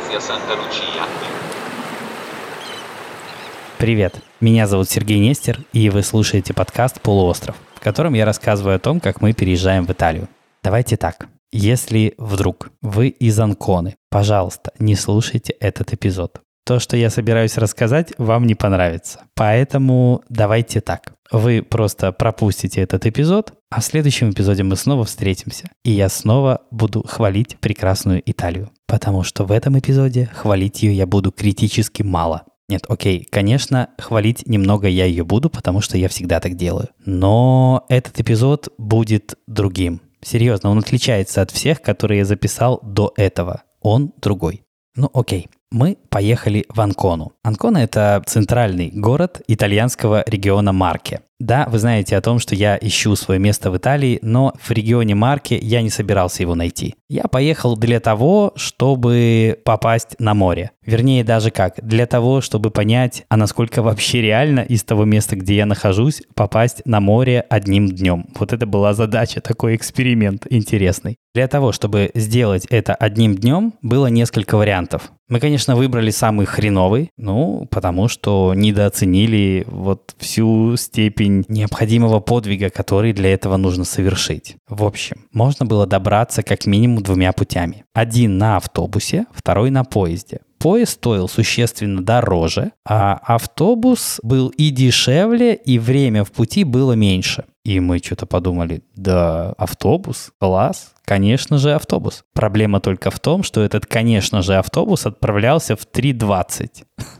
Spezia Santa Lucia. Привет, меня зовут Сергей Нестер, и вы слушаете подкаст «Полуостров», в котором я рассказываю о том, как мы переезжаем в Италию. Давайте так, если вдруг вы из Анконы, пожалуйста, не слушайте этот эпизод. То, что я собираюсь рассказать, вам не понравится. Поэтому давайте так. Вы просто пропустите этот эпизод, а в следующем эпизоде мы снова встретимся. И я снова буду хвалить прекрасную Италию. Потому что в этом эпизоде хвалить ее я буду критически мало. Нет, окей, конечно, хвалить немного я ее буду, потому что я всегда так делаю. Но этот эпизод будет другим. Серьезно, он отличается от всех, которые я записал до этого. Он другой. Ну окей. Мы поехали в Анкону. Анкона – это центральный город итальянского региона Марке. Да, вы знаете о том, что я ищу свое место в Италии, но в регионе Марке я не собирался его найти. Я поехал для того, чтобы попасть на море. Вернее, даже как, для того, чтобы понять, а насколько вообще реально из того места, где я нахожусь, попасть на море одним днем. Вот это была задача, такой эксперимент интересный. Для того, чтобы сделать это одним днем, было несколько вариантов. Мы, конечно, выбрали самый хреновый, потому что недооценили вот всю степень необходимого подвига, который для этого нужно совершить. В общем, можно было добраться как минимум двумя путями. Один на автобусе, второй на поезде. Поезд стоил существенно дороже, а автобус был и дешевле, и время в пути было меньше. И мы что-то подумали, да, автобус? Класс! Конечно же, автобус. Проблема только в том, что этот, конечно же, автобус отправлялся в 3:20.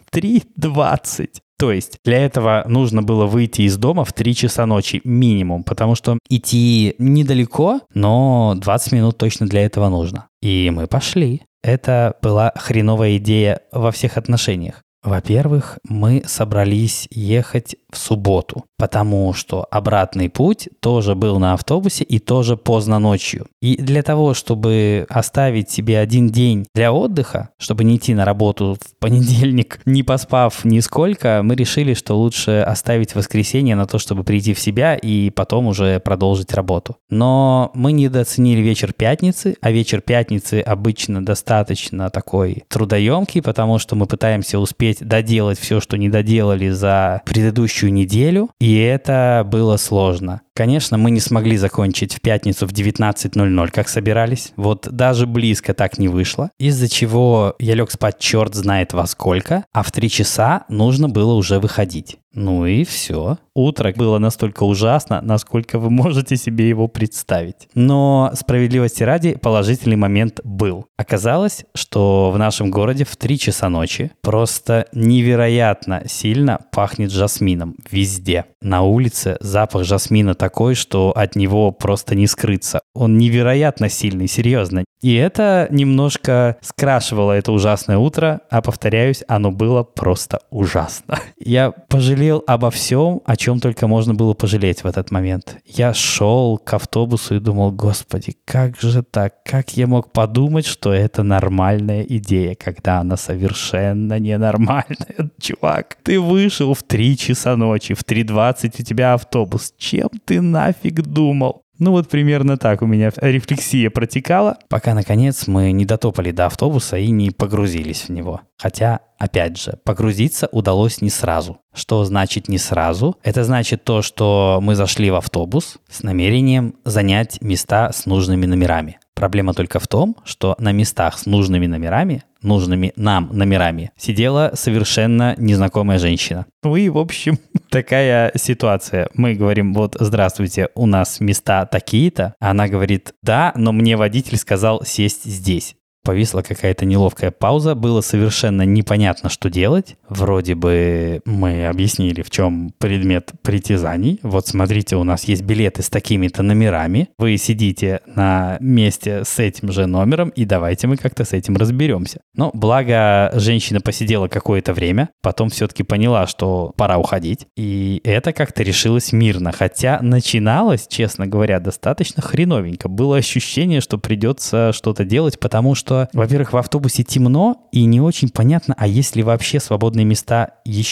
3:20! То есть для этого нужно было выйти из дома в 3 часа ночи минимум, потому что идти недалеко, но 20 минут точно для этого нужно. И мы пошли. Это была хреновая идея во всех отношениях. Во-первых, мы собрались ехать в субботу, потому что обратный путь тоже был на автобусе и тоже поздно ночью. И для того, чтобы оставить себе один день для отдыха, чтобы не идти на работу в понедельник, не поспав нисколько, мы решили, что лучше оставить воскресенье на то, чтобы прийти в себя и потом уже продолжить работу. Но мы недооценили вечер пятницы, а вечер пятницы обычно достаточно такой трудоемкий, потому что мы пытаемся успеть доделать все, что не доделали за предыдущую неделю, и это было сложно. Конечно, мы не смогли закончить в пятницу в 19:00, как собирались. Вот даже близко так не вышло. Из-за чего я лег спать черт знает во сколько, а в 3 часа нужно было уже выходить. Ну и все. Утро было настолько ужасно, насколько вы можете себе его представить. Но справедливости ради, положительный момент был. Оказалось, что в нашем городе в 3 часа ночи просто невероятно сильно пахнет жасмином везде. На улице запах жасмина такой, что от него просто не скрыться. Он невероятно сильный, серьезно. И это немножко скрашивало это ужасное утро, а, повторяюсь, оно было просто ужасно. Я пожалел обо всем, о чем только можно было пожалеть в этот момент. Я шел к автобусу и думал, господи, как же так? Как я мог подумать, что это нормальная идея, когда она совершенно ненормальная? Чувак, ты вышел в 3 часа ночи, в 3:20 у тебя автобус. Чем ты нафиг думал? Ну вот примерно так у меня рефлексия протекала, пока, наконец, мы не дотопали до автобуса и не погрузились в него. Хотя, опять же, погрузиться удалось не сразу. Что значит не сразу? Это значит то, что мы зашли в автобус с намерением занять места с нужными номерами. Проблема только в том, что на местах с нужными номерами, нужными нам номерами, сидела совершенно незнакомая женщина. Ну и, в общем, такая ситуация. Мы говорим, вот, здравствуйте, у нас места такие-то. Она говорит, да, но мне водитель сказал сесть здесь. Повисла какая-то неловкая пауза, было совершенно непонятно, что делать. Вроде бы мы объяснили, в чем предмет притязаний. Вот смотрите, у нас есть билеты с такими-то номерами. Вы сидите на месте с этим же номером, и давайте мы как-то с этим разберемся. Но благо женщина посидела какое-то время, потом все-таки поняла, что пора уходить. И это как-то решилось мирно. Хотя начиналось, честно говоря, достаточно хреновенько. Было ощущение, что придется что-то делать, потому что, во-первых, в автобусе темно и не очень понятно, а есть ли вообще свободные места еще.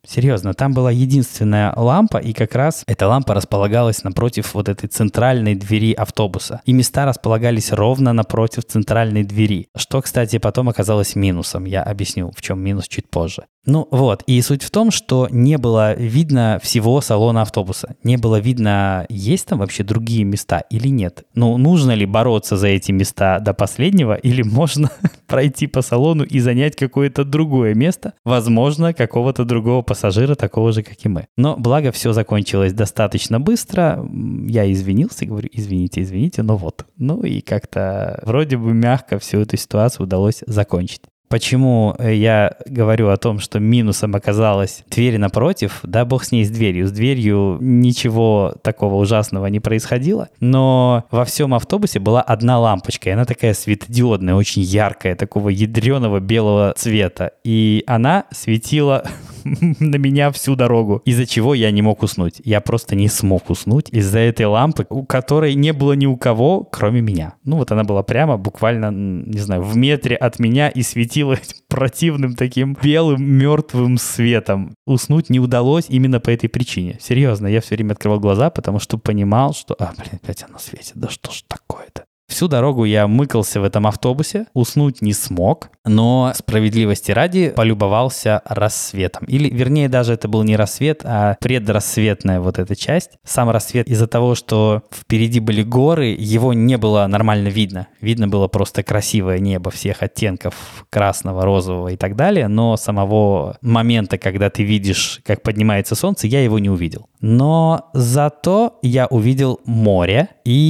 Серьезно, там была единственная лампа, и как раз эта лампа располагалась напротив вот этой центральной двери автобуса. И места располагались ровно напротив центральной двери, что, кстати, потом оказалось минусом. Я объясню, в чем минус чуть позже. Ну вот, и суть в том, что не было видно всего салона автобуса. Не было видно, есть там вообще другие места или нет. Ну, нужно ли бороться за эти места до последнего, или можно пройти по салону и занять какое-то другое место, возможно, какого-то другого пассажира, такого же, как и мы. Но благо все закончилось достаточно быстро. Я извинился, говорю, извините, но вот. Ну и как-то вроде бы мягко всю эту ситуацию удалось закончить. Почему я говорю о том, что минусом оказалась дверь напротив? Да, бог с ней, с дверью. С дверью ничего такого ужасного не происходило, но во всем автобусе была одна лампочка, и она такая светодиодная, очень яркая, такого ядреного белого цвета. И она светила на меня всю дорогу, из-за чего я не мог уснуть. Я просто не смог уснуть из-за этой лампы, у которой не было ни у кого, кроме меня. Ну вот она была прямо буквально, не знаю, в метре от меня и светила противным таким белым мертвым светом. Уснуть не удалось именно по этой причине. Серьезно, я все время открывал глаза, потому что понимал, что, опять оно светит, да что ж такое-то? Всю дорогу я мыкался в этом автобусе, уснуть не смог, но справедливости ради полюбовался рассветом. Или, вернее, даже это был не рассвет, а предрассветная вот эта часть. Сам рассвет из-за того, что впереди были горы, его не было нормально видно. Видно было просто красивое небо всех оттенков красного, розового и так далее, но самого момента, когда ты видишь, как поднимается солнце, я его не увидел. Но зато я увидел море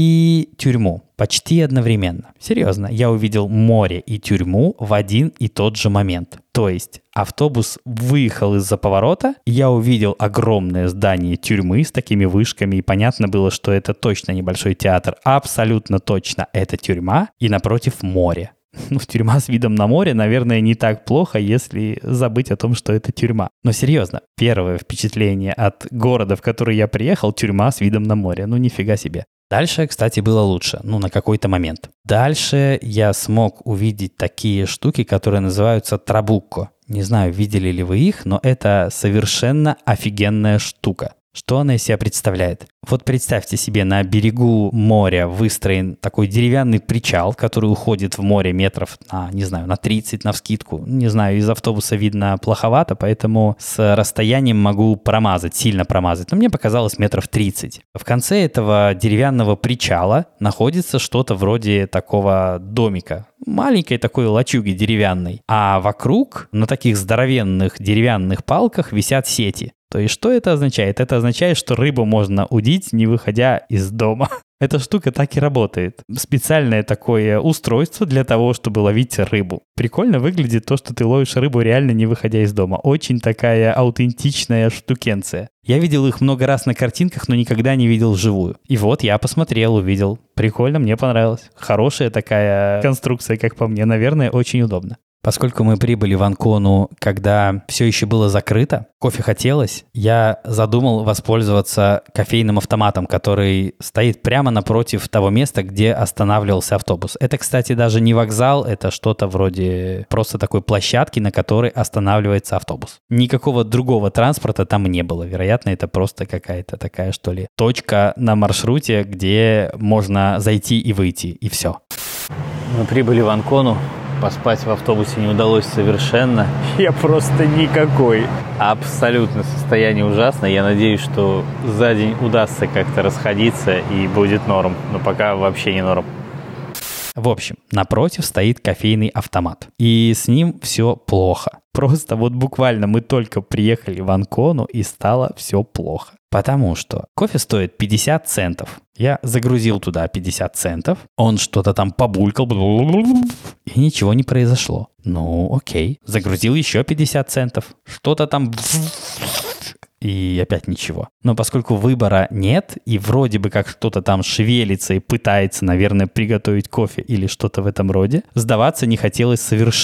и тюрьму. Почти одновременно. Серьезно, я увидел море и тюрьму в один и тот же момент. То есть автобус выехал из-за поворота, я увидел огромное здание тюрьмы с такими вышками, и понятно было, что это точно небольшой театр. Абсолютно точно это тюрьма, и напротив море. Ну, тюрьма с видом на море, наверное, не так плохо, если забыть о том, что это тюрьма. Но серьезно, первое впечатление от города, в который я приехал, тюрьма с видом на море. Ну, нифига себе. Дальше, кстати, было лучше, на какой-то момент. Дальше я смог увидеть такие штуки, которые называются трабукко. Не знаю, видели ли вы их, но это совершенно офигенная штука. Что она из себя представляет? Вот представьте себе, на берегу моря выстроен такой деревянный причал, который уходит в море метров на 30 навскидку. Не знаю, из автобуса видно плоховато, поэтому с расстоянием могу сильно промазать. Но мне показалось метров 30. В конце этого деревянного причала находится что-то вроде такого домика. Маленькой такой лачуги деревянной. А вокруг на таких здоровенных деревянных палках висят сети. То есть что это означает? Это означает, что рыбу можно удить, не выходя из дома. Эта штука так и работает. Специальное такое устройство для того, чтобы ловить рыбу. Прикольно выглядит то, что ты ловишь рыбу реально не выходя из дома. Очень такая аутентичная штукенция. Я видел их много раз на картинках, но никогда не видел вживую. И вот я посмотрел, увидел. Прикольно, мне понравилось. Хорошая такая конструкция, как по мне. Наверное, очень удобно. Поскольку мы прибыли в Анкону, когда все еще было закрыто, кофе хотелось, я задумал воспользоваться кофейным автоматом, который стоит прямо напротив того места, где останавливался автобус. Это, кстати, даже не вокзал, это что-то вроде просто такой площадки, на которой останавливается автобус. Никакого другого транспорта там не было. Вероятно, это просто какая-то такая, что ли, точка на маршруте, где можно зайти и выйти, и все. Мы прибыли в Анкону. Поспать в автобусе не удалось совершенно. Я просто никакой. Абсолютно состояние ужасное. Я надеюсь, что за день удастся как-то расходиться и будет норм. Но пока вообще не норм. В общем, напротив стоит кофейный автомат. И с ним все плохо. Просто вот буквально мы только приехали в Анкону, и стало все плохо. Потому что кофе стоит 50 центов. Я загрузил туда 50 центов. Он что-то там побулькал. И ничего не произошло. Ну, окей. Загрузил еще 50 центов. Что-то там... И опять ничего. Но поскольку выбора нет, и вроде бы как что-то там шевелится и пытается, наверное, приготовить кофе или что-то в этом роде, сдаваться не хотелось совершенно.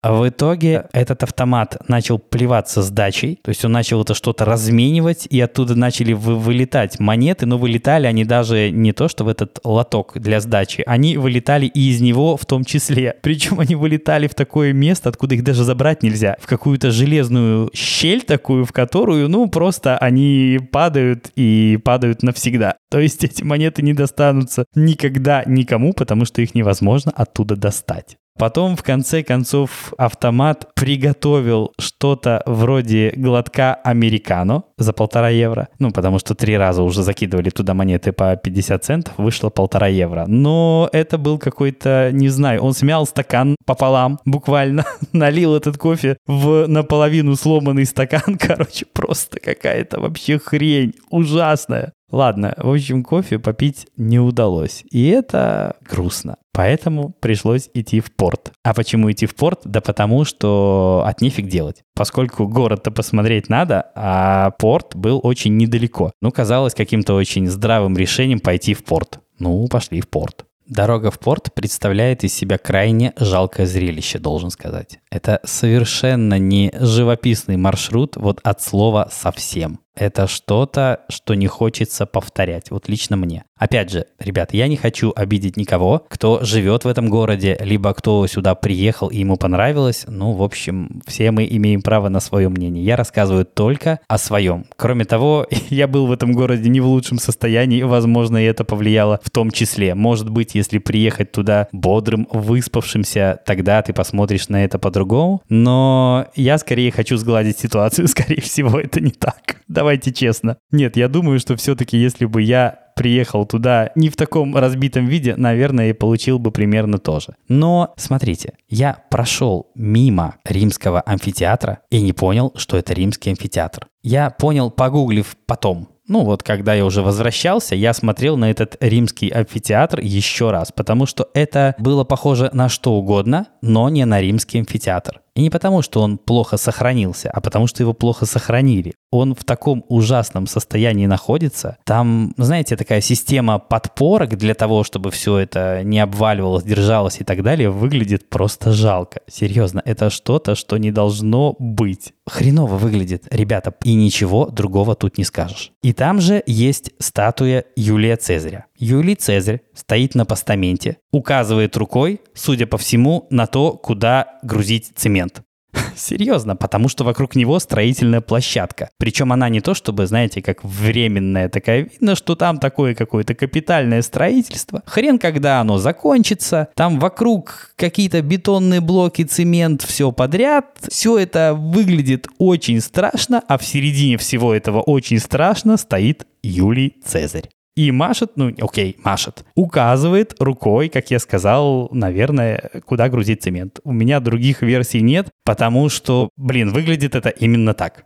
А в итоге этот автомат начал плеваться сдачей, то есть он начал это что-то разменивать, и оттуда начали вылетать монеты, но вылетали они даже не то, что в этот лоток для сдачи, они вылетали и из него в том числе. Причем они вылетали в такое место, откуда их даже забрать нельзя, в какую-то железную щель такую, в которую, просто они падают и падают навсегда. То есть эти монеты не достанутся никогда никому, потому что их невозможно оттуда достать. Потом, в конце концов, автомат приготовил что-то вроде глотка американо за 1,5 евро. Потому что 3 раза уже закидывали туда монеты по 50 центов, вышло 1,5 евро. Но это был какой-то, не знаю, он смял стакан пополам, буквально налил этот кофе в наполовину сломанный стакан. Короче, просто какая-то вообще хрень ужасная. Ладно, в общем, кофе попить не удалось. И это грустно. Поэтому пришлось идти в порт. А почему идти в порт? Да потому что от нефиг делать. Поскольку город-то посмотреть надо, а порт был очень недалеко. Казалось каким-то очень здравым решением пойти в порт. Пошли в порт. Дорога в порт представляет из себя крайне жалкое зрелище, должен сказать. Это совершенно не живописный маршрут от слова совсем. Это что-то, что не хочется повторять. Лично мне. Опять же, ребят, я не хочу обидеть никого, кто живет в этом городе, либо кто сюда приехал и ему понравилось. В общем, все мы имеем право на свое мнение. Я рассказываю только о своем. Кроме того, я был в этом городе не в лучшем состоянии. Возможно, и это повлияло в том числе. Может быть, если приехать туда бодрым, выспавшимся, тогда ты посмотришь на это по-другому. Но я скорее хочу сгладить ситуацию. Скорее всего, это не так. Давайте честно. Нет, я думаю, что все-таки, если бы я приехал туда не в таком разбитом виде, наверное, и получил бы примерно то же. Но, смотрите, я прошел мимо римского амфитеатра и не понял, что это римский амфитеатр. Я понял, погуглив потом. Когда я уже возвращался, я смотрел на этот римский амфитеатр еще раз, потому что это было похоже на что угодно, но не на римский амфитеатр. И не потому, что он плохо сохранился, а потому, что его плохо сохранили. Он в таком ужасном состоянии находится. Там, знаете, такая система подпорок для того, чтобы все это не обваливалось, держалось и так далее, выглядит просто жалко. Серьезно, это что-то, что не должно быть. Хреново выглядит, ребята, и ничего другого тут не скажешь. И там же есть статуя Юлия Цезаря. Юлий Цезарь стоит на постаменте, указывает рукой, судя по всему, на то, куда грузить цемент. Серьезно, потому что вокруг него строительная площадка. Причем она не то, чтобы, знаете, как временная такая. Видно, что там такое какое-то капитальное строительство. Хрен когда оно закончится. Там вокруг какие-то бетонные блоки, цемент, все подряд. Все это выглядит очень страшно, а в середине всего этого очень страшно стоит Юлий Цезарь. И машет, машет, указывает рукой, как я сказал, наверное, куда грузить цемент. У меня других версий нет, потому что, выглядит это именно так.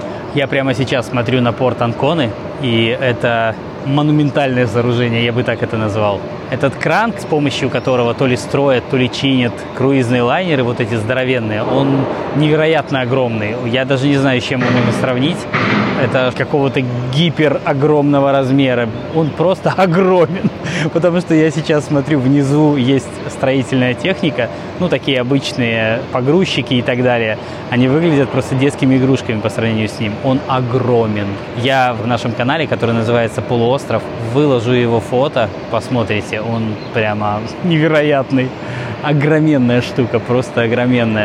Я прямо сейчас смотрю на порт Анконы, и это монументальное сооружение, я бы так это назвал. Этот кран, с помощью которого то ли строят, то ли чинят круизные лайнеры, эти здоровенные, он невероятно огромный. Я даже не знаю, с чем его можно сравнить. Это какого-то гиперогромного размера. Он просто огромен. Потому что я сейчас смотрю, внизу есть строительная техника, такие обычные погрузчики и так далее. Они выглядят просто детскими игрушками по сравнению с ним. Он огромен. Я в нашем канале, который называется «Полуостров», выложу его фото, посмотрите. Он прямо невероятный. Огроменная штука, просто огроменная.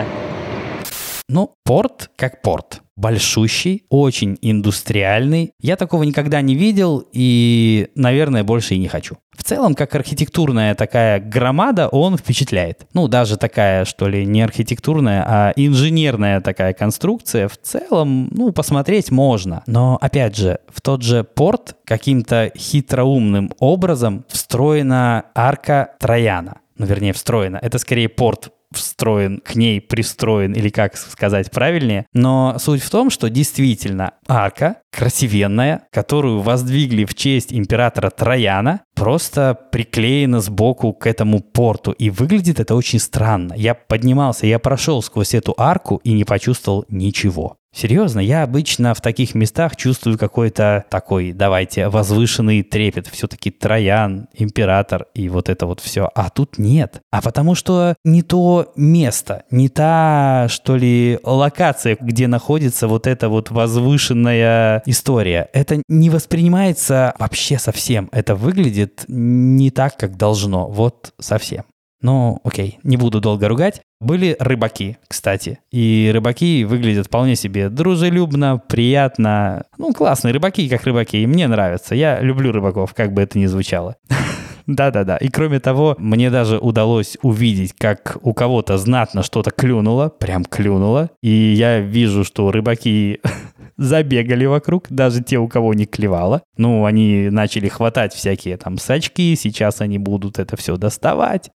Порт как порт. Большущий, очень индустриальный. Я такого никогда не видел и, наверное, больше и не хочу. В целом, как архитектурная такая громада, он впечатляет. Даже такая, что ли, не архитектурная, а инженерная такая конструкция. В целом, посмотреть можно. Но, опять же, в тот же порт каким-то хитроумным образом встроена арка Трояна. Вернее, встроена. Это скорее порт встроен, к ней пристроен, или как сказать правильнее. Но суть в том, что действительно арка красивенная, которую воздвигли в честь императора Трояна, просто приклеена сбоку к этому порту. И выглядит это очень странно. Я поднимался, я прошел сквозь эту арку и не почувствовал ничего. Серьезно, я обычно в таких местах чувствую какой-то такой, давайте, возвышенный трепет. Все-таки Троян, император и вот это вот все. А тут нет. А потому что не то место, не та, что ли, локация, где находится вот эта вот возвышенная история. Это не воспринимается вообще совсем. Это выглядит не так, как должно. Вот совсем. Ну, окей, не буду долго ругать. Были рыбаки, кстати. И рыбаки выглядят вполне себе дружелюбно, приятно. Ну, классные рыбаки, как рыбаки. И мне нравятся. Я люблю рыбаков, как бы это ни звучало. Да-да-да. И кроме того, мне даже удалось увидеть, как у кого-то знатно что-то клюнуло. Прям клюнуло. И я вижу, что рыбаки забегали вокруг, даже те, у кого не клевало. Ну, они начали хватать всякие там сачки, сейчас они будут это все доставать.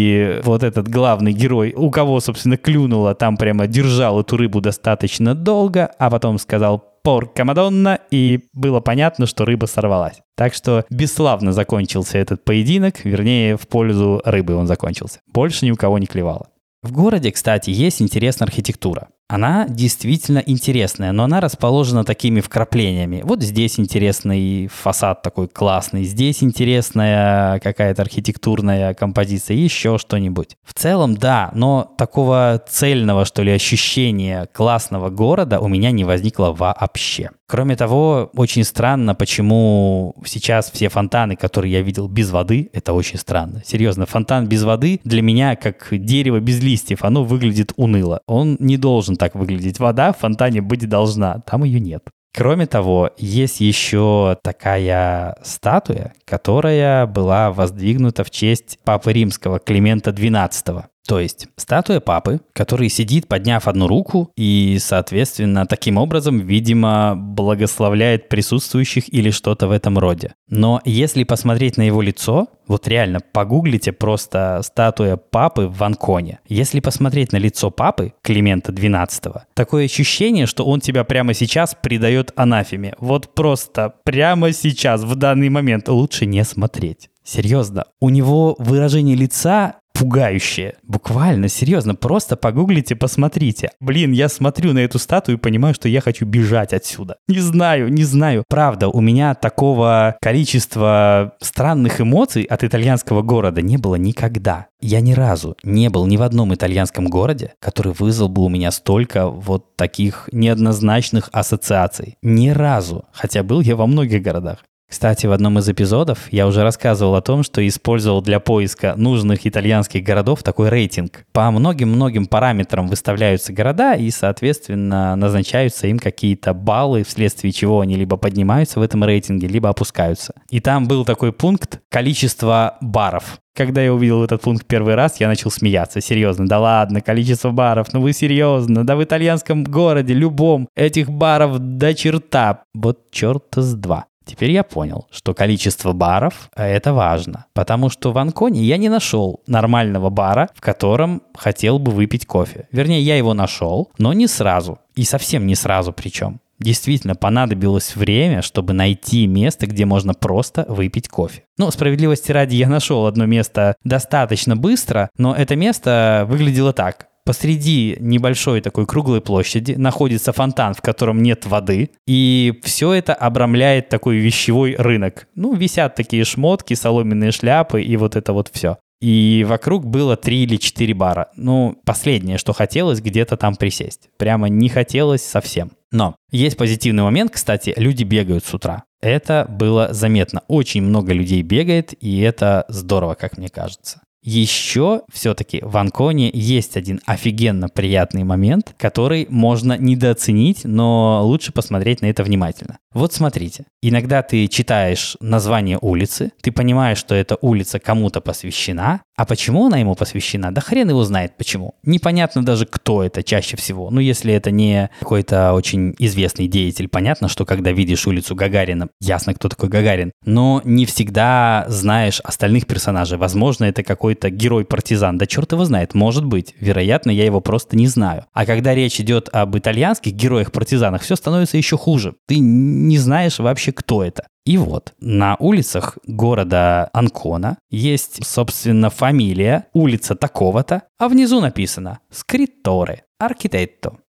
И вот этот главный герой, у кого, собственно, клюнуло, там прямо держал эту рыбу достаточно долго, а потом сказал «Порка Мадонна», и было понятно, что рыба сорвалась. Так что бесславно закончился этот поединок, вернее, в пользу рыбы он закончился. Больше ни у кого не клевало. В городе, кстати, есть интересная архитектура. Она действительно интересная, но она расположена такими вкраплениями. Вот здесь интересный фасад такой классный, здесь интересная какая-то архитектурная композиция, еще что-нибудь. В целом, да, но такого цельного, что ли, ощущения классного города у меня не возникло вообще. Кроме того, очень странно, почему сейчас все фонтаны, которые я видел без воды, это очень странно. Серьезно, фонтан без воды для меня как дерево без листьев, оно выглядит уныло. Он не должен так выглядеть. Вода в фонтане быть должна, там ее нет. Кроме того, есть еще такая статуя, которая была воздвигнута в честь Папы Римского Климента XII. То есть статуя папы, который сидит, подняв одну руку и, соответственно, таким образом, видимо, благословляет присутствующих или что-то в этом роде. Но если посмотреть на его лицо, вот реально погуглите просто статуя папы в Анконе. Если посмотреть на лицо папы Климента XII, такое ощущение, что он тебя прямо сейчас предает анафеме. Вот просто прямо сейчас, в данный момент, лучше не смотреть. Серьезно, у него выражение лица пугающее. Буквально, серьезно, просто погуглите, посмотрите. Блин, я смотрю на эту статую и понимаю, что я хочу бежать отсюда. Не знаю. Правда, у меня такого количества странных эмоций от итальянского города не было никогда. Я ни разу не был ни в одном итальянском городе, который вызвал бы у меня столько вот таких неоднозначных ассоциаций. Ни разу. Хотя был я во многих городах. Кстати, в одном из эпизодов я уже рассказывал о том, что использовал для поиска нужных итальянских городов такой рейтинг. По многим-многим параметрам выставляются города и, соответственно, назначаются им какие-то баллы, вследствие чего они либо поднимаются в этом рейтинге, либо опускаются. И там был такой пункт «Количество баров». Когда я увидел этот пункт первый раз, я начал смеяться. Серьезно, да ладно, количество баров, ну вы серьезно, да в итальянском городе, любом, этих баров до черта. Вот черта с два. Теперь я понял, что количество баров – это важно, потому что в Анконе я не нашел нормального бара, в котором хотел бы выпить кофе. Вернее, я его нашел, но не сразу. И совсем не сразу причем. Действительно, понадобилось время, чтобы найти место, где можно просто выпить кофе. Ну, справедливости ради, я нашел одно место достаточно быстро, но это место выглядело так. Посреди небольшой такой круглой площади находится фонтан, в котором нет воды, и все это обрамляет такой вещевой рынок. Ну, висят такие шмотки, соломенные шляпы и вот это вот все. И вокруг было 3 или 4 бара. Ну, последнее, что хотелось, где-то там присесть. Прямо не хотелось совсем. Но есть позитивный момент, кстати, люди бегают с утра. Это было заметно. Очень много людей бегает, и это здорово, как мне кажется. Еще все-таки в Анконе есть один офигенно приятный момент, который можно недооценить, но лучше посмотреть на это внимательно. Вот смотрите, иногда ты читаешь название улицы, ты понимаешь, что эта улица кому-то посвящена, а почему она ему посвящена? Да хрен его знает почему. Непонятно даже, кто это чаще всего. Ну, если это не какой-то очень известный деятель, понятно, что когда видишь улицу Гагарина, ясно, кто такой Гагарин. Но не всегда знаешь остальных персонажей. Возможно, это какой-то герой-партизан. Да черт его знает, может быть. Вероятно, я его просто не знаю. А когда речь идет об итальянских героях-партизанах, все становится еще хуже. Ты не знаешь вообще, кто это. И вот, на улицах города Анкона есть, собственно, фамилия, улица такого-то, а внизу написано «Скритторе», «Архитетто».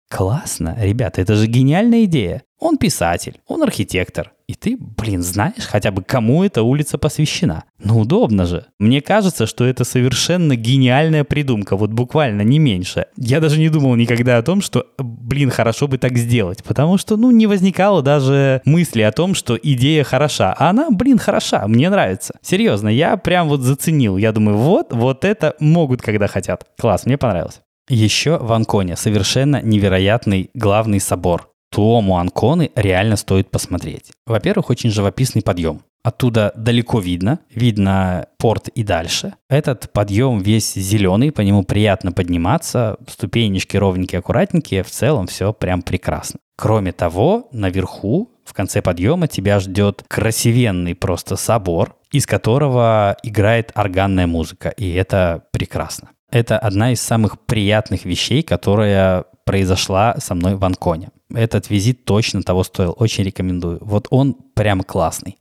Классно, ребята, это же гениальная идея. Он писатель, он архитектор. И ты, знаешь хотя бы, кому эта улица посвящена. Ну, удобно же. Мне кажется, что это совершенно гениальная придумка, вот буквально не меньше. Я даже не думал никогда о том, что, хорошо бы так сделать. Потому что, не возникало даже мысли о том, что идея хороша. А она, хороша, мне нравится. Серьезно, я прям вот заценил. Я думаю, вот это могут, когда хотят. Класс, мне понравилось. Еще в Анконе совершенно невероятный главный собор. Туому Анконы реально стоит посмотреть. Во-первых, очень живописный подъем. Оттуда далеко видно порт и дальше. Этот подъем весь зеленый, по нему приятно подниматься, ступенечки ровненькие, аккуратненькие, в целом все прям прекрасно. Кроме того, наверху, в конце подъема тебя ждет красивенный просто собор, из которого играет органная музыка, и это прекрасно. Это одна из самых приятных вещей, которая произошла со мной в Анконе. Этот визит точно того стоил, очень рекомендую. Вот он прям классный.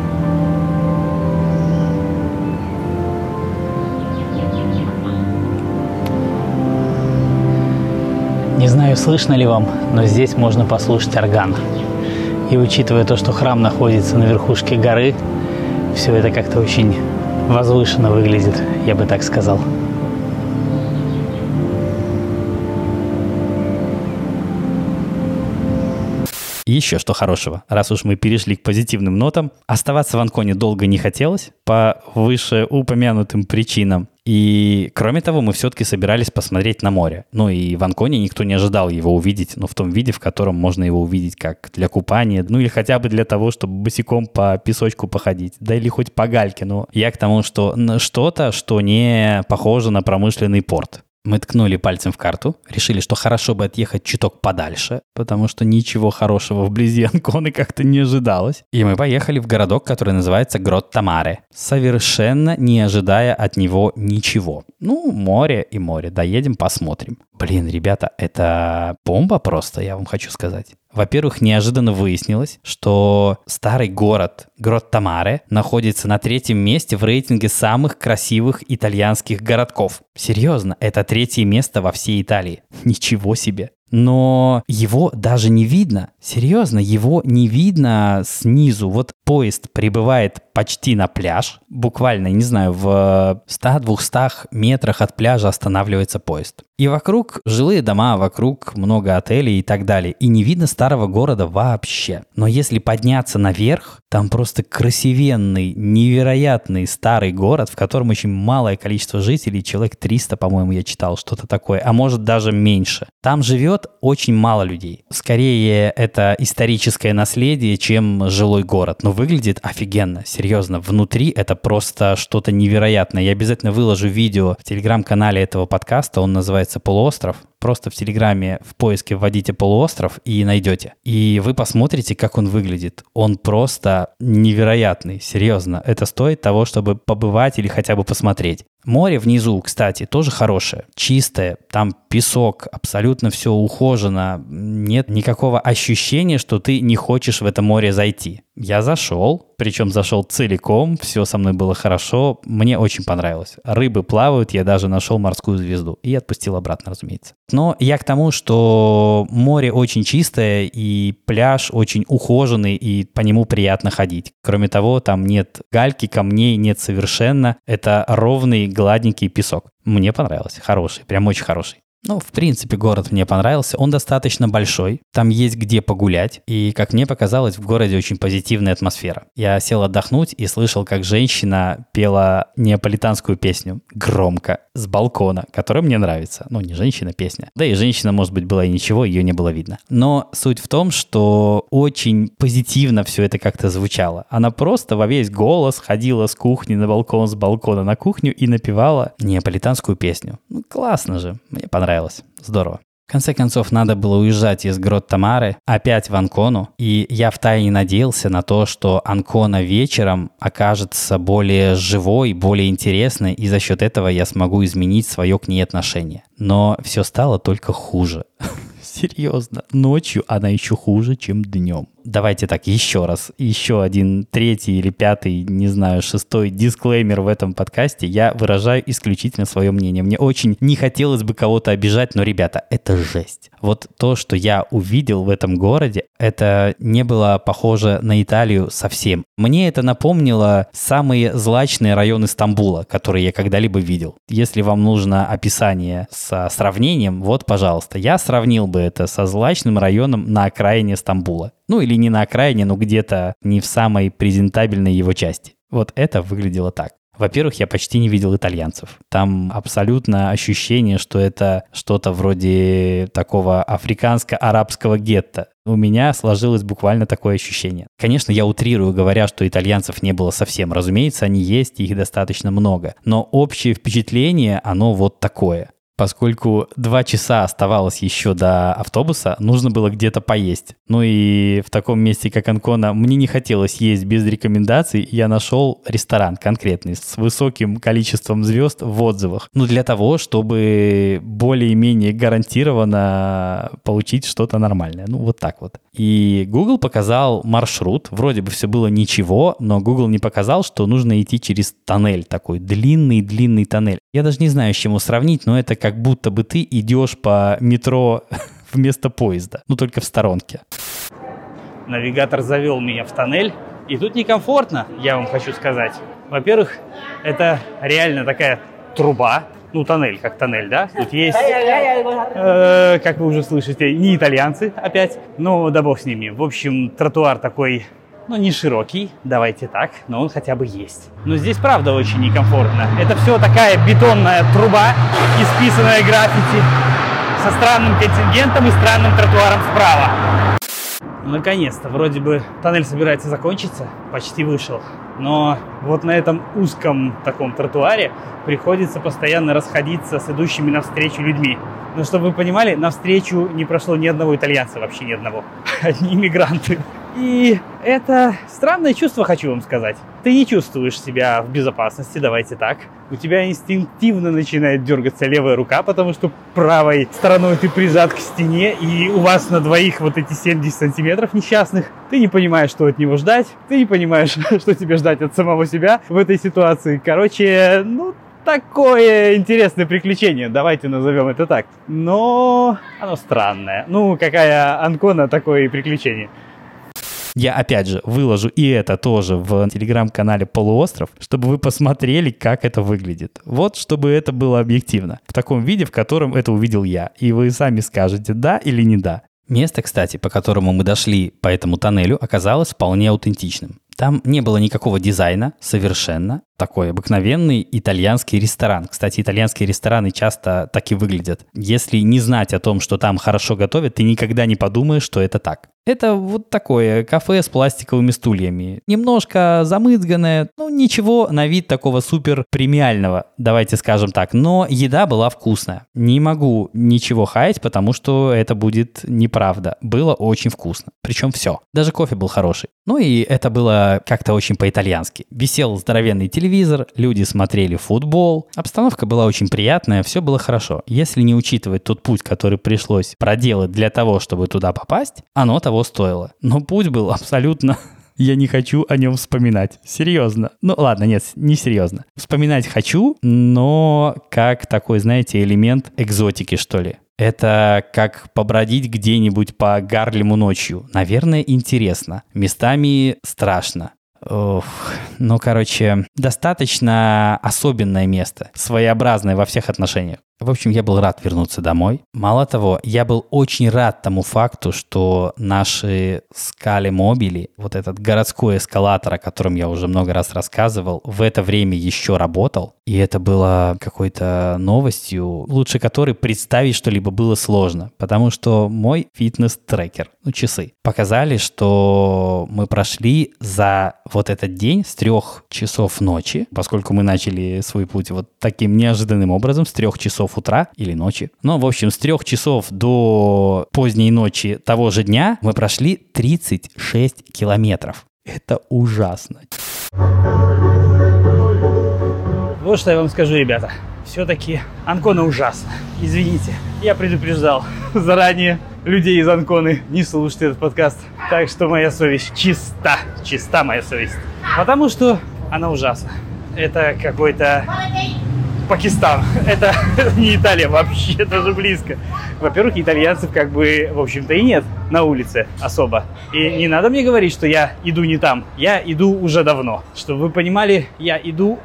Не знаю, слышно ли вам, но здесь можно послушать орган. И учитывая то, что храм находится на верхушке горы, все это как-то очень возвышенно выглядит, я бы так сказал. И еще что хорошего, раз уж мы перешли к позитивным нотам, оставаться в Анконе долго не хотелось по вышеупомянутым причинам. И, кроме того, мы все-таки собирались посмотреть на море. Ну и в Анконе никто не ожидал его увидеть, в том виде, в котором можно его увидеть как для купания, или хотя бы для того, чтобы босиком по песочку походить, да или хоть по гальке. Но я к тому, что что-то, что не похоже на промышленный порт. Мы ткнули пальцем в карту, решили, что хорошо бы отъехать чуток подальше, потому что ничего хорошего вблизи Анконы как-то не ожидалось. И мы поехали в городок, который называется Гроттамаре, совершенно не ожидая от него ничего. Море и море, доедем, посмотрим. Ребята, это бомба просто, я вам хочу сказать. Во-первых, неожиданно выяснилось, что старый город Гроттамаре находится на 3-м месте в рейтинге самых красивых итальянских городков. Серьезно, это 3-е место во всей Италии. Ничего себе. Но его даже не видно. Серьезно, его не видно снизу. Вот поезд прибывает почти на пляж. Буквально, не знаю, в 100-200 метрах от пляжа останавливается поезд. И вокруг жилые дома, вокруг много отелей и так далее. И не видно старого города вообще. Но если подняться наверх, там просто красивенный, невероятный старый город, в котором очень малое количество жителей, человек 300, по-моему, я читал, что-то такое, а может даже меньше. Там живет очень мало людей. Скорее, это историческое наследие, чем жилой город. Но выглядит офигенно, серьезно. Внутри это просто что-то невероятное. Я обязательно выложу видео в телеграм-канале этого подкаста, он называется «Полуостров». Просто в Телеграме в поиске вводите «Полуостров» и найдете. И вы посмотрите, как он выглядит. Он просто невероятный, серьезно. Это стоит того, чтобы побывать или хотя бы посмотреть. Море внизу, кстати, тоже хорошее, чистое, там песок, абсолютно все ухожено, нет никакого ощущения, что ты не хочешь в это море зайти. Я зашел, причем зашел целиком, все со мной было хорошо, мне очень понравилось. Рыбы плавают, я даже нашел морскую звезду и отпустил обратно, разумеется. Но я к тому, что море очень чистое и пляж очень ухоженный, и по нему приятно ходить. Кроме того, там нет гальки, камней, нет совершенно, это ровный гладненький песок. Мне понравилось, хороший, прям очень хороший. В принципе, город мне понравился. Он достаточно большой. Там есть где погулять. И, как мне показалось, в городе очень позитивная атмосфера. Я сел отдохнуть и слышал, как женщина пела неаполитанскую песню громко с балкона, которая мне нравится. Не женщина, песня. Да и женщина, может быть, была и ничего, ее не было видно. Но суть в том, что очень позитивно все это как-то звучало. Она просто во весь голос ходила с кухни на балкон, с балкона на кухню и напевала неаполитанскую песню. Классно же. Мне понравилось. Здорово. В конце концов, надо было уезжать из Гроттамаре опять в Анкону, и я втайне надеялся на то, что Анкона вечером окажется более живой, более интересной, и за счет этого я смогу изменить свое к ней отношение. Но все стало только хуже. Серьезно, ночью она еще хуже, чем днем. Давайте так, еще раз, еще один, третий или пятый, не знаю, шестой дисклеймер в этом подкасте. Я выражаю исключительно свое мнение. Мне очень не хотелось бы кого-то обижать, но, ребята, это жесть. Вот то, что я увидел в этом городе, это не было похоже на Италию совсем. Мне это напомнило самые злачные районы Стамбула, которые я когда-либо видел. Если вам нужно описание со сравнением, вот, пожалуйста, я сравнил бы это со злачным районом на окраине Стамбула. Ну или не на окраине, но где-то не в самой презентабельной его части. Вот это выглядело так. Во-первых, я почти не видел итальянцев. Там абсолютно ощущение, что это что-то вроде такого африканско-арабского гетто. У меня сложилось буквально такое ощущение. Конечно, я утрирую, говоря, что итальянцев не было совсем. Разумеется, они есть, и их достаточно много. Но общее впечатление, оно вот такое. Поскольку 2 часа оставалось еще до автобуса, нужно было где-то поесть. Ну и в таком месте, как Анкона, мне не хотелось есть без рекомендаций. Я нашел ресторан конкретный с высоким количеством звезд в отзывах. Ну, для того, чтобы более-менее гарантированно получить что-то нормальное. Ну, вот так вот. И Google показал маршрут. Вроде бы все было ничего, но Google не показал, что нужно идти через тоннель такой. Длинный-длинный тоннель. Я даже не знаю, с чем его сравнить, но это как будто бы ты идешь по метро вместо поезда. Ну, только в сторонке. Навигатор завел меня в тоннель. И тут некомфортно, я вам хочу сказать. Во-первых, это реально такая труба. Ну, тоннель, как тоннель, да? Тут есть, как вы уже слышите, не итальянцы опять. Но да бог с ними. В общем, тротуар такой, ну, не широкий, давайте так, но он хотя бы есть. Но здесь, правда, очень некомфортно. Это все такая бетонная труба, исписанная граффити, со странным контингентом и странным тротуаром справа. Наконец-то, вроде бы тоннель собирается закончиться, почти вышел. Но вот на этом узком таком тротуаре приходится постоянно расходиться с идущими навстречу людьми. Но чтобы вы понимали, навстречу не прошло ни одного итальянца, вообще ни одного. Одни иммигранты. И это странное чувство, хочу вам сказать. Ты не чувствуешь себя в безопасности, давайте так. У тебя инстинктивно начинает дергаться левая рука, потому что правой стороной ты прижат к стене, и у вас на двоих вот эти 70 сантиметров несчастных. Ты не понимаешь, что от него ждать, ты не понимаешь, что тебе ждать от самого себя в этой ситуации. Короче, ну, такое интересное приключение, давайте назовем это так. Но оно странное. Ну, какая Анкона, такое и приключение. Я, опять же, выложу и это тоже в телеграм-канале «Полуостров», чтобы вы посмотрели, как это выглядит. Вот, чтобы это было объективно. В таком виде, в котором это увидел я. И вы сами скажете, да или не да. Место, кстати, по которому мы дошли по этому тоннелю, оказалось вполне аутентичным. Там не было никакого дизайна, совершенно. Такой обыкновенный итальянский ресторан. Кстати, итальянские рестораны часто так и выглядят. Если не знать о том, что там хорошо готовят, ты никогда не подумаешь, что это так. Это вот такое кафе с пластиковыми стульями. Немножко замызганное, ну ничего на вид такого супер премиального, давайте скажем так. Но еда была вкусная. Не могу ничего хаять, потому что это будет неправда. Было очень вкусно. Причем все. Даже кофе был хороший. Ну и это было как-то очень по-итальянски. Висел здоровенный телевизор, люди смотрели футбол. Обстановка была очень приятная, все было хорошо. Если не учитывать тот путь, который пришлось проделать для того, чтобы туда попасть, оно того стоило. Но путь был абсолютно... Я не хочу о нем вспоминать. Серьезно. Ну ладно, нет, не серьезно. Вспоминать хочу, но как такой, знаете, элемент экзотики, что ли. Это как побродить где-нибудь по Гарлему ночью. Наверное, интересно. Местами страшно. Ох, ну, короче, достаточно особенное место. Своеобразное во всех отношениях. В общем, я был рад вернуться домой. Мало того, я был очень рад тому факту, что наши Scale Mobile, вот этот городской эскалатор, о котором я уже много раз рассказывал, в это время еще работал. И это было какой-то новостью, лучше которой представить что-либо было сложно. Потому что мой фитнес-трекер, ну, часы, показали, что мы прошли за вот этот день с 3 часов ночи, поскольку мы начали свой путь вот таким неожиданным образом, с 3 часов утра или ночи. Ну, в общем, с 3 часов до поздней ночи того же дня мы прошли 36 километров. Это ужасно. Вот что я вам скажу, ребята. Все-таки Анкона ужасно. Извините, я предупреждал заранее. людей из Анконы не слушать этот подкаст. Так что моя совесть чиста. Чиста моя совесть. Потому что она ужасна. Это какой-то Пакистан. Это не Италия вообще, даже близко. Во-первых, итальянцев как бы, в общем-то, и нет на улице особо. И не надо мне говорить, что я иду не там. Я иду уже давно. Чтобы вы понимали, я иду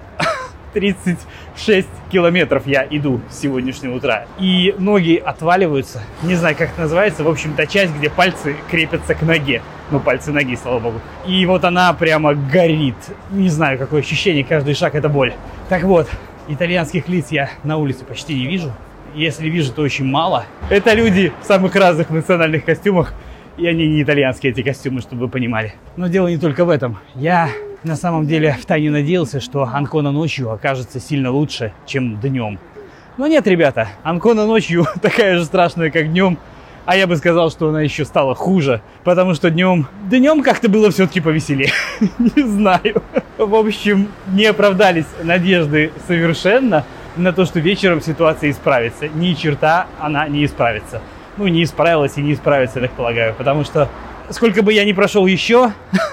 36 километров я иду с сегодняшнего утра. И ноги отваливаются. Не знаю, как это называется. В общем, та часть, где пальцы крепятся к ноге. Ну, пальцы ноги, слава богу. И вот она прямо горит. Не знаю, какое ощущение. Каждый шаг — это боль. Так вот, итальянских лиц я на улице почти не вижу. Если вижу, то очень мало. Это люди в самых разных национальных костюмах. И они не итальянские, эти костюмы, чтобы вы понимали. Но дело не только в этом. Я на самом деле втайне надеялся, что Анкона ночью окажется сильно лучше, чем днем. Но нет, ребята, Анкона ночью такая же страшная, как днем. А я бы сказал, что она еще стала хуже. Потому что днем как-то было все-таки повеселее. Не знаю. В общем, не оправдались надежды совершенно на то, что вечером ситуация исправится. Ни черта она не исправится. Ну, не исправилась и не исправится, я так полагаю. Потому что сколько бы я ни прошел еще,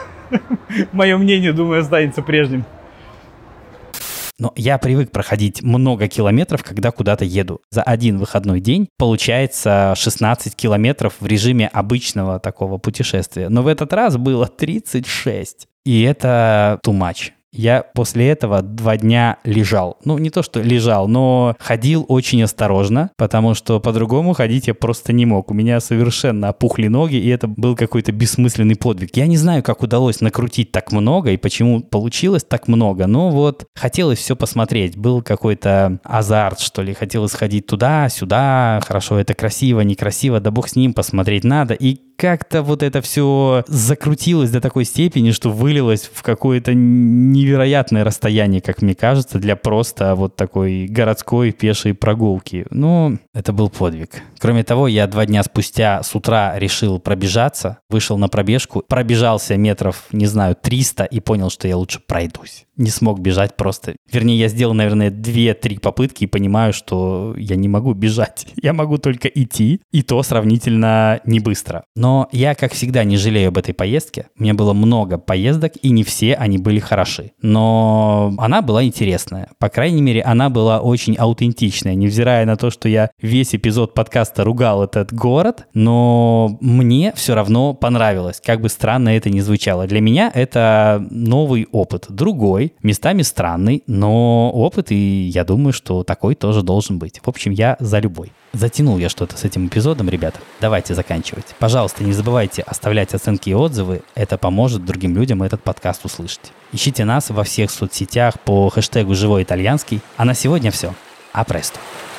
мое мнение, думаю, останется прежним. Но я привык проходить много километров, когда куда-то еду. За один выходной день получается 16 километров в режиме обычного такого путешествия. Но в этот раз было 36. И это too much. Я после этого 2 дня лежал. Ну, не то, что лежал, но ходил очень осторожно, потому что по-другому ходить я просто не мог. У меня совершенно опухли ноги, и это был какой-то бессмысленный подвиг. Я не знаю, как удалось накрутить так много и почему получилось так много, но вот хотелось все посмотреть. Был какой-то азарт, что ли. Хотелось ходить туда, сюда. Хорошо, это красиво, некрасиво, да бог с ним, посмотреть надо. И как-то вот это все закрутилось до такой степени, что вылилось в какое-то невероятное расстояние, как мне кажется, для просто вот такой городской пешей прогулки. Ну, это был подвиг. Кроме того, я 2 дня спустя с утра решил пробежаться, вышел на пробежку, пробежался метров, не знаю, 300 и понял, что я лучше пройдусь. Не смог бежать просто. Вернее, я сделал, наверное, 2-3 попытки и понимаю, что я не могу бежать. Я могу только идти, и то сравнительно не быстро. Но я, как всегда, не жалею об этой поездке. У меня было много поездок, и не все они были хороши. Но она была интересная. По крайней мере, она была очень аутентичная. Невзирая на то, что я весь эпизод подкаста ругал этот город, но мне все равно понравилось. Как бы странно это ни звучало. Для меня это новый опыт. Другой, местами странный, но опыт, и я думаю, что такой тоже должен быть. В общем, я за любой. Затянул я что-то с этим эпизодом, ребята. Давайте заканчивать. Пожалуйста, не забывайте оставлять оценки и отзывы. Это поможет другим людям этот подкаст услышать. Ищите нас во всех соцсетях по хэштегу «Живой итальянский». А на сегодня все. А престо.